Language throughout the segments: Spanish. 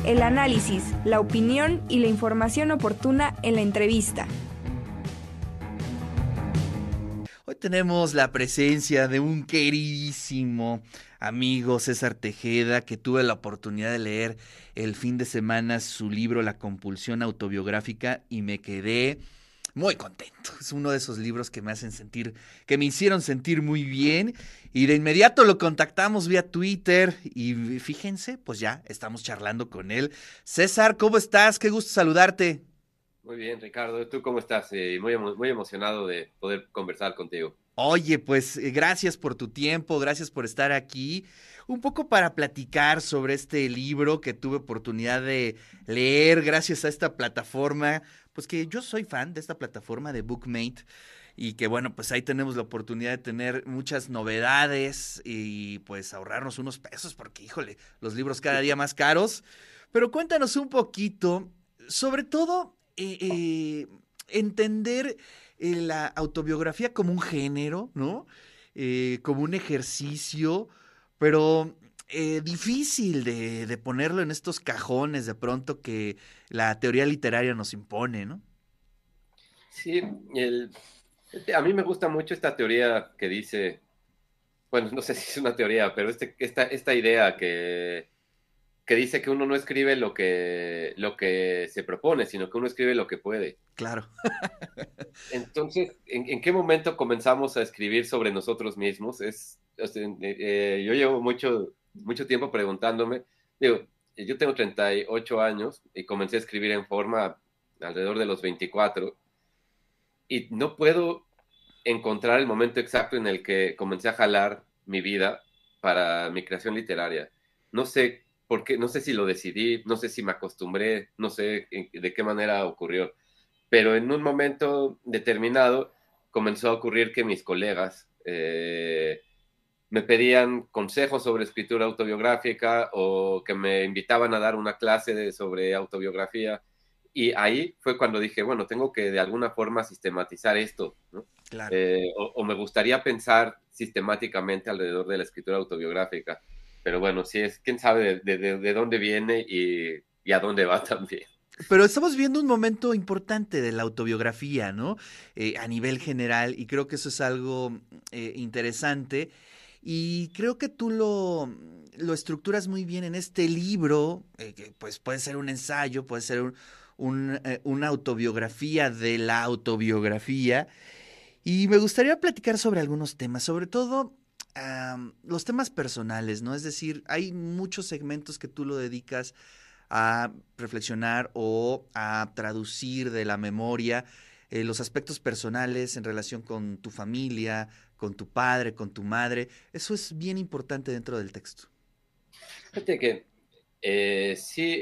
El análisis, la opinión y la información oportuna en la entrevista. Hoy tenemos la presencia de un queridísimo amigo, César Tejeda, que tuve la oportunidad de leer el fin de semana su libro La compulsión autobiográfica y me quedé muy contento. Es uno de esos libros que me hicieron sentir muy bien y de inmediato lo contactamos vía Twitter y fíjense, pues ya estamos charlando con él. César, ¿cómo estás? Qué gusto saludarte. Muy bien, Ricardo. ¿Tú cómo estás? Muy emocionado de poder conversar contigo. Oye, pues gracias por tu tiempo, gracias por estar aquí, un poco para platicar sobre este libro que tuve oportunidad de leer gracias a esta plataforma, pues que yo soy fan de esta plataforma de Bookmate y que bueno, pues ahí tenemos la oportunidad de tener muchas novedades y pues ahorrarnos unos pesos porque híjole, los libros cada día más caros, pero cuéntanos un poquito, sobre todo entender la autobiografía como un género, ¿no? Como un ejercicio, pero difícil de ponerlo en estos cajones de pronto que la teoría literaria nos impone, ¿no? Sí, a mí me gusta mucho esta teoría que dice, bueno, no sé si es una teoría, pero esta idea que dice que uno no escribe lo que se propone, sino que uno escribe lo que puede. Claro. Entonces, ¿en qué momento comenzamos a escribir sobre nosotros mismos? Yo llevo mucho tiempo preguntándome, digo, yo tengo 38 años y comencé a escribir en forma alrededor de los 24 y no puedo encontrar el momento exacto en el que comencé a jalar mi vida para mi creación literaria. No sé por qué, no sé si lo decidí, no sé si me acostumbré, no sé de qué manera ocurrió, pero en un momento determinado comenzó a ocurrir que mis colegas me pedían consejos sobre escritura autobiográfica o que me invitaban a dar una sobre autobiografía. Y ahí fue cuando dije, bueno, tengo que de alguna forma sistematizar esto, ¿no? Claro. O me gustaría pensar sistemáticamente alrededor de la escritura autobiográfica. Pero bueno, sí es, quién sabe de dónde viene y a dónde va también. Pero estamos viendo un momento importante de la autobiografía, ¿no? A nivel general, y creo que eso es algo interesante. Y creo que tú lo estructuras muy bien en este libro, que pues puede ser un ensayo, puede ser una autobiografía de la autobiografía. Y me gustaría platicar sobre algunos temas, sobre todo los temas personales, ¿no? Es decir, hay muchos segmentos que tú lo dedicas a reflexionar o a traducir de la memoria los aspectos personales en relación con tu familia, con tu padre, con tu madre. Eso es bien importante dentro del texto. Fíjate que sí,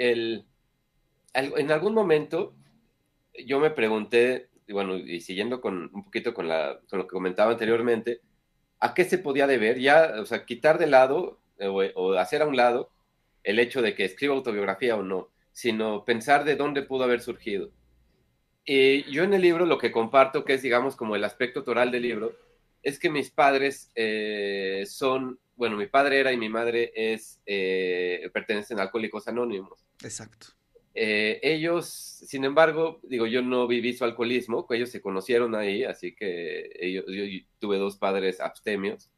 en algún momento yo me pregunté, y bueno, y siguiendo con un poquito con lo que comentaba anteriormente, ¿a qué se podía deber? Ya, o sea, quitar de lado o hacer a un lado el hecho de que escriba autobiografía o no, sino pensar de dónde pudo haber surgido. Y yo en el libro lo que comparto, que es, digamos, como el aspecto toral del libro, es que mis padres bueno, mi padre era y mi madre pertenecen a Alcohólicos Anónimos. Exacto. Ellos, sin embargo, digo, yo no viví su alcoholismo, ellos se conocieron ahí, así que yo tuve dos padres abstemios.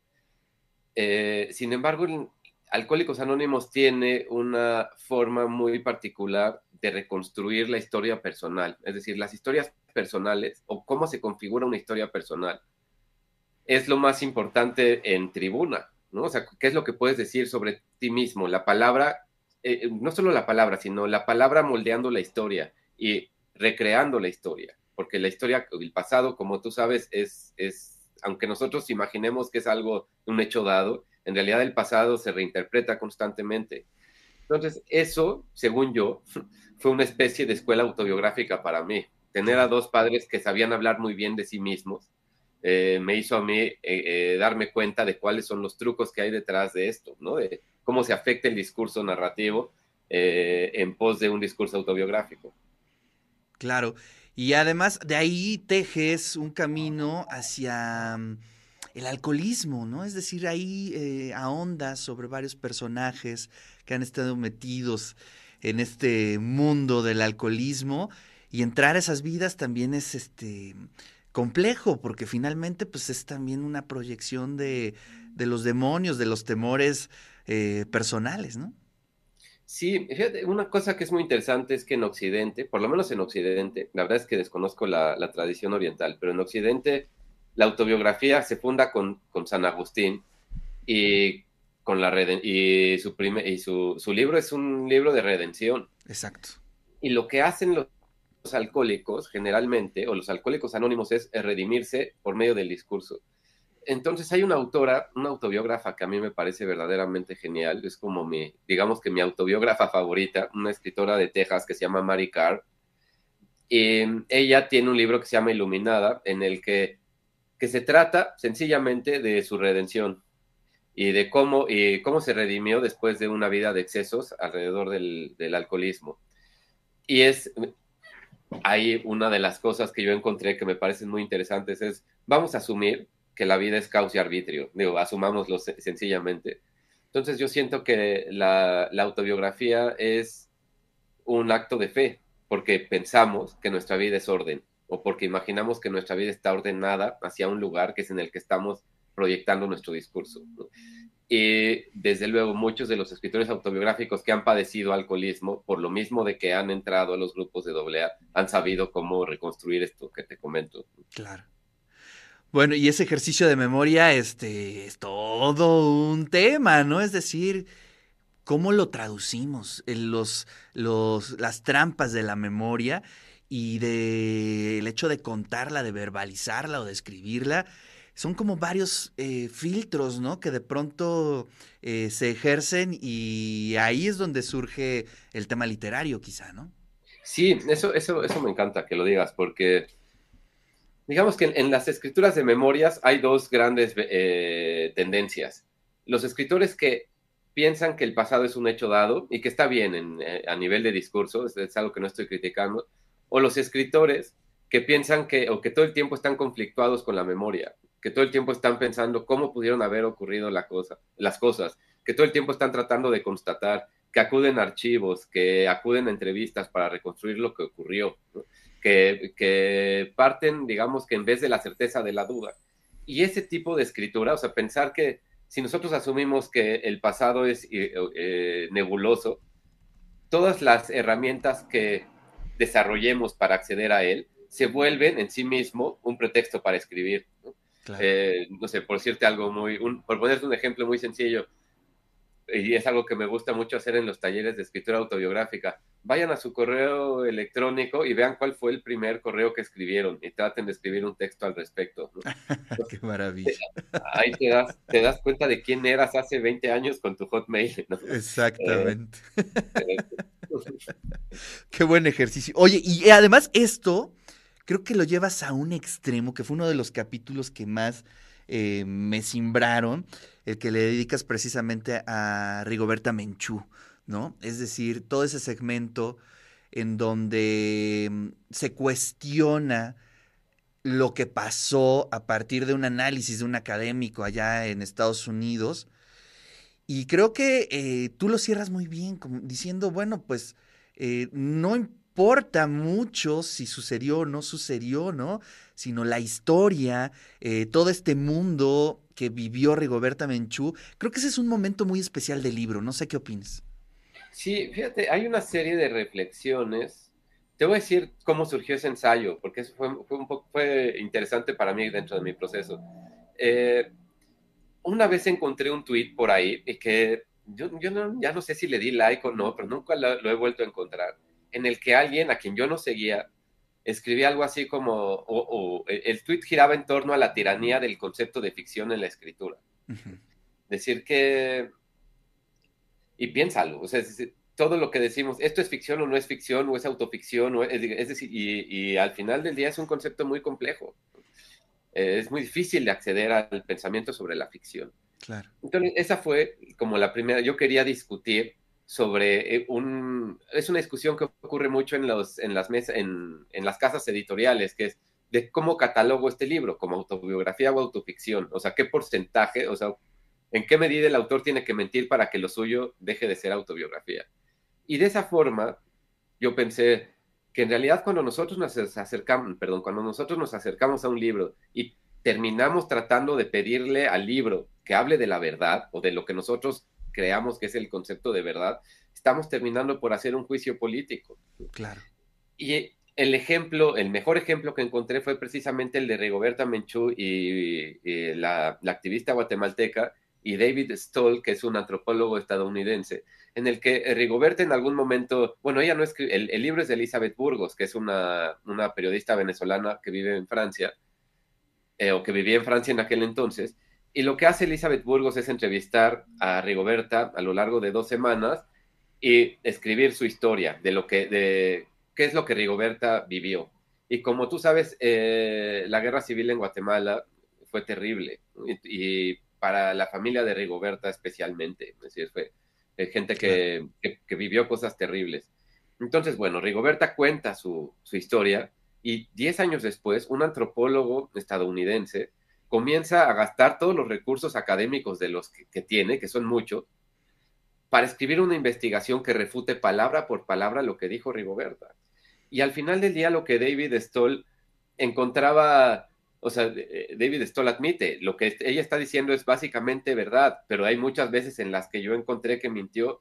Sin embargo, Alcohólicos Anónimos tiene una forma muy particular de reconstruir la historia personal, es decir, las historias personales o cómo se configura una historia personal es lo más importante en tribuna, ¿no? O sea, ¿qué es lo que puedes decir sobre ti mismo? La palabra, no solo la palabra, sino la palabra moldeando la historia y recreando la historia, porque la historia, el pasado, como tú sabes, aunque nosotros imaginemos que es algo, un hecho dado, en realidad el pasado se reinterpreta constantemente. Entonces, eso, según yo, fue una especie de escuela autobiográfica para mí. Tener a Claro. dos padres que sabían hablar muy bien de sí mismos me hizo a mí darme cuenta de cuáles son los trucos que hay detrás de esto, ¿no? De cómo se afecta el discurso narrativo en pos de un discurso autobiográfico. Claro. Y además de ahí tejes un camino hacia el alcoholismo, ¿no? Es decir, ahí ahondas sobre varios personajes que han estado metidos en este mundo del alcoholismo, y entrar a esas vidas también es complejo, porque finalmente pues es también una proyección de los demonios, de los temores personales, ¿no? Sí, fíjate, una cosa que es muy interesante es que en Occidente, por lo menos en Occidente, la verdad es que desconozco la tradición oriental, pero en Occidente la autobiografía se funda con San Agustín y con su libro es un libro de redención. Exacto. Y lo que hacen los alcohólicos generalmente, o los alcohólicos anónimos, es redimirse por medio del discurso. Entonces hay una autora, una autobiógrafa que a mí me parece verdaderamente genial, es como digamos que mi autobiógrafa favorita, una escritora de Texas que se llama Mary Carr, y ella tiene un libro que se llama Iluminada, en el que se trata sencillamente de su redención y de cómo se redimió después de una vida de excesos alrededor del alcoholismo. Y ahí una de las cosas que yo encontré que me parecen muy interesantes es, vamos a asumir que la vida es caos y arbitrio, digo, asumámoslo sencillamente. Entonces yo siento que la autobiografía es un acto de fe, porque pensamos que nuestra vida es orden, o porque imaginamos que nuestra vida está ordenada hacia un lugar que es en el que estamos proyectando nuestro discurso, ¿no? Y desde luego muchos de los escritores autobiográficos que han padecido alcoholismo, por lo mismo de que han entrado a los grupos de AA, han sabido cómo reconstruir esto que te comento. Claro. Bueno, y ese ejercicio de memoria, es todo un tema, ¿no? Es decir, ¿cómo lo traducimos? Las trampas de la memoria y el hecho de contarla, de verbalizarla o de escribirla, son como varios filtros, ¿no? Que de pronto se ejercen, y ahí es donde surge el tema literario, quizá, ¿no? Sí, eso me encanta que lo digas, porque digamos que en las escrituras de memorias hay dos grandes tendencias. Los escritores que piensan que el pasado es un hecho dado y que está bien a nivel de discurso, es algo que no estoy criticando, o los escritores que piensan o que todo el tiempo están conflictuados con la memoria, que todo el tiempo están pensando cómo pudieron haber ocurrido las cosas, que todo el tiempo están tratando de constatar, que acuden a archivos, que acuden a entrevistas para reconstruir lo que ocurrió, ¿no? Que parten, digamos, que en vez de la certeza de la duda. Y ese tipo de escritura, o sea, pensar que si nosotros asumimos que el pasado es nebuloso, todas las herramientas que desarrollemos para acceder a él se vuelven en sí mismo un pretexto para escribir, ¿no? Claro. No sé, por decirte algo por ponerte un ejemplo muy sencillo, y es algo que me gusta mucho hacer en los talleres de escritura autobiográfica. Vayan a su correo electrónico y vean cuál fue el primer correo que escribieron y traten de escribir un texto al respecto, ¿no? Qué maravilla. Ahí te das cuenta de quién eras hace 20 años con tu Hotmail, ¿no? Exactamente. Eh, Qué buen ejercicio. Oye, y además esto, creo que lo llevas a un extremo, que fue uno de los capítulos que más me simbraron, el que le dedicas precisamente a Rigoberta Menchú, ¿no? Es decir, todo ese segmento en donde se cuestiona lo que pasó a partir de un análisis de un académico allá en Estados Unidos. Y creo que tú lo cierras muy bien, como diciendo, bueno, pues no importa mucho si sucedió o no sucedió, ¿no? Sino la historia, todo este mundo que vivió Rigoberta Menchú. Creo que ese es un momento muy especial del libro, no sé qué opinas. Sí, fíjate, hay una serie de reflexiones. Te voy a decir cómo surgió ese ensayo, porque eso fue interesante para mí dentro de mi proceso. Eh, una vez encontré un tweet por ahí y que ya no sé si le di like o no, pero nunca lo he vuelto a encontrar, en el que alguien a quien yo no seguía escribía algo así como, el tweet giraba en torno a la tiranía del concepto de ficción en la escritura. Ujú. Decir que, y piénsalo, o sea, todo lo que decimos, esto es ficción o no es ficción, o es autoficción, es decir, y al final del día es un concepto muy complejo. Es muy difícil de acceder al pensamiento sobre la ficción. Claro. Entonces, esa fue como la primera. Yo quería discutir sobre es una discusión que ocurre mucho en las mesas, en las casas editoriales, que es de cómo catalogo este libro, como autobiografía o autoficción. O sea, qué porcentaje, o sea, en qué medida el autor tiene que mentir para que lo suyo deje de ser autobiografía. Y de esa forma, yo pensé que en realidad cuando nosotros nos acercamos, perdón, cuando nosotros nos acercamos a un libro y terminamos tratando de pedirle al libro que hable de la verdad o de lo que nosotros creamos que es el concepto de verdad, estamos terminando por hacer un juicio político. Claro. Y el ejemplo, el mejor ejemplo que encontré fue precisamente el de Rigoberta Menchú y la activista guatemalteca y David Stoll, que es un antropólogo estadounidense, en el que Rigoberta en algún momento, bueno, ella no escribe, el libro es de Elizabeth Burgos, que es una periodista venezolana que vive en Francia, o que vivía en Francia en aquel entonces, y lo que hace Elizabeth Burgos es entrevistar a Rigoberta a lo largo de 2 semanas y escribir su historia de qué es lo que Rigoberta vivió. Y como tú sabes, la guerra civil en Guatemala fue terrible, y para la familia de Rigoberta especialmente, es decir, fue gente Claro. que vivió cosas terribles. Entonces, bueno, Rigoberta cuenta su historia y 10 años después, un antropólogo estadounidense comienza a gastar todos los recursos académicos de los que tiene, que son muchos, para escribir una investigación que refute palabra por palabra lo que dijo Rigoberta. Y al final del día lo que David Stoll encontraba, o sea, David Stoll admite, lo que ella está diciendo es básicamente verdad, pero hay muchas veces en las que yo encontré que mintió.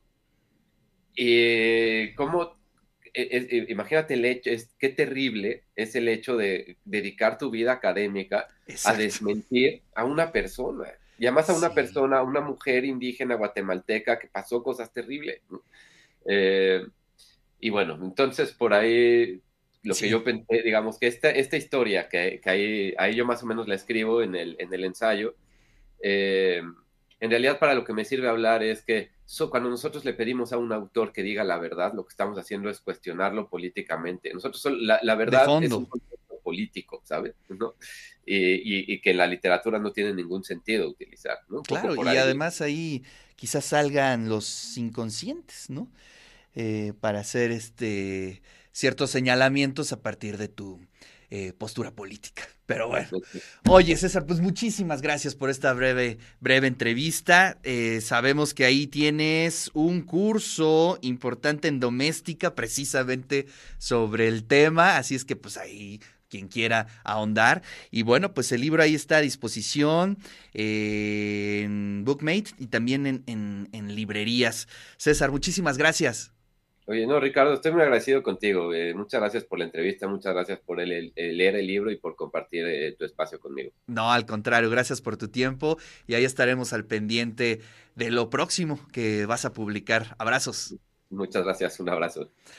Y cómo, imagínate el hecho, qué terrible es el hecho de dedicar tu vida académica a Exacto. desmentir a una persona. Y además a una Sí. persona, a una mujer indígena guatemalteca que pasó cosas terribles, ¿no? Eh, y bueno, entonces por ahí lo que Sí. yo pensé, digamos que esta historia que ahí yo más o menos la escribo en el ensayo, eh, en realidad para lo que me sirve hablar es que cuando nosotros le pedimos a un autor que diga la verdad, lo que estamos haciendo es cuestionarlo políticamente. Nosotros la De verdad es un fondo. concepto político, ¿sabes? ¿No? Y que en la literatura no tiene ningún sentido utilizar, ¿no? Un poco Claro, por y ahí. además ahí quizás salgan los inconscientes, ¿no? Para hacer ciertos señalamientos a partir de tu postura política. Pero bueno, oye César, pues muchísimas gracias por esta breve entrevista. Sabemos que ahí tienes un curso importante en doméstica precisamente sobre el tema, así es que pues ahí quien quiera ahondar. Y bueno, pues el libro ahí está a disposición en Bookmate y también en librerías. César, muchísimas gracias. Oye, no, Ricardo, estoy muy agradecido contigo. Muchas gracias por la entrevista, muchas gracias por leer el libro y por compartir tu espacio conmigo. No, al contrario, gracias por tu tiempo y ahí estaremos al pendiente de lo próximo que vas a publicar. Abrazos. Muchas gracias, un abrazo.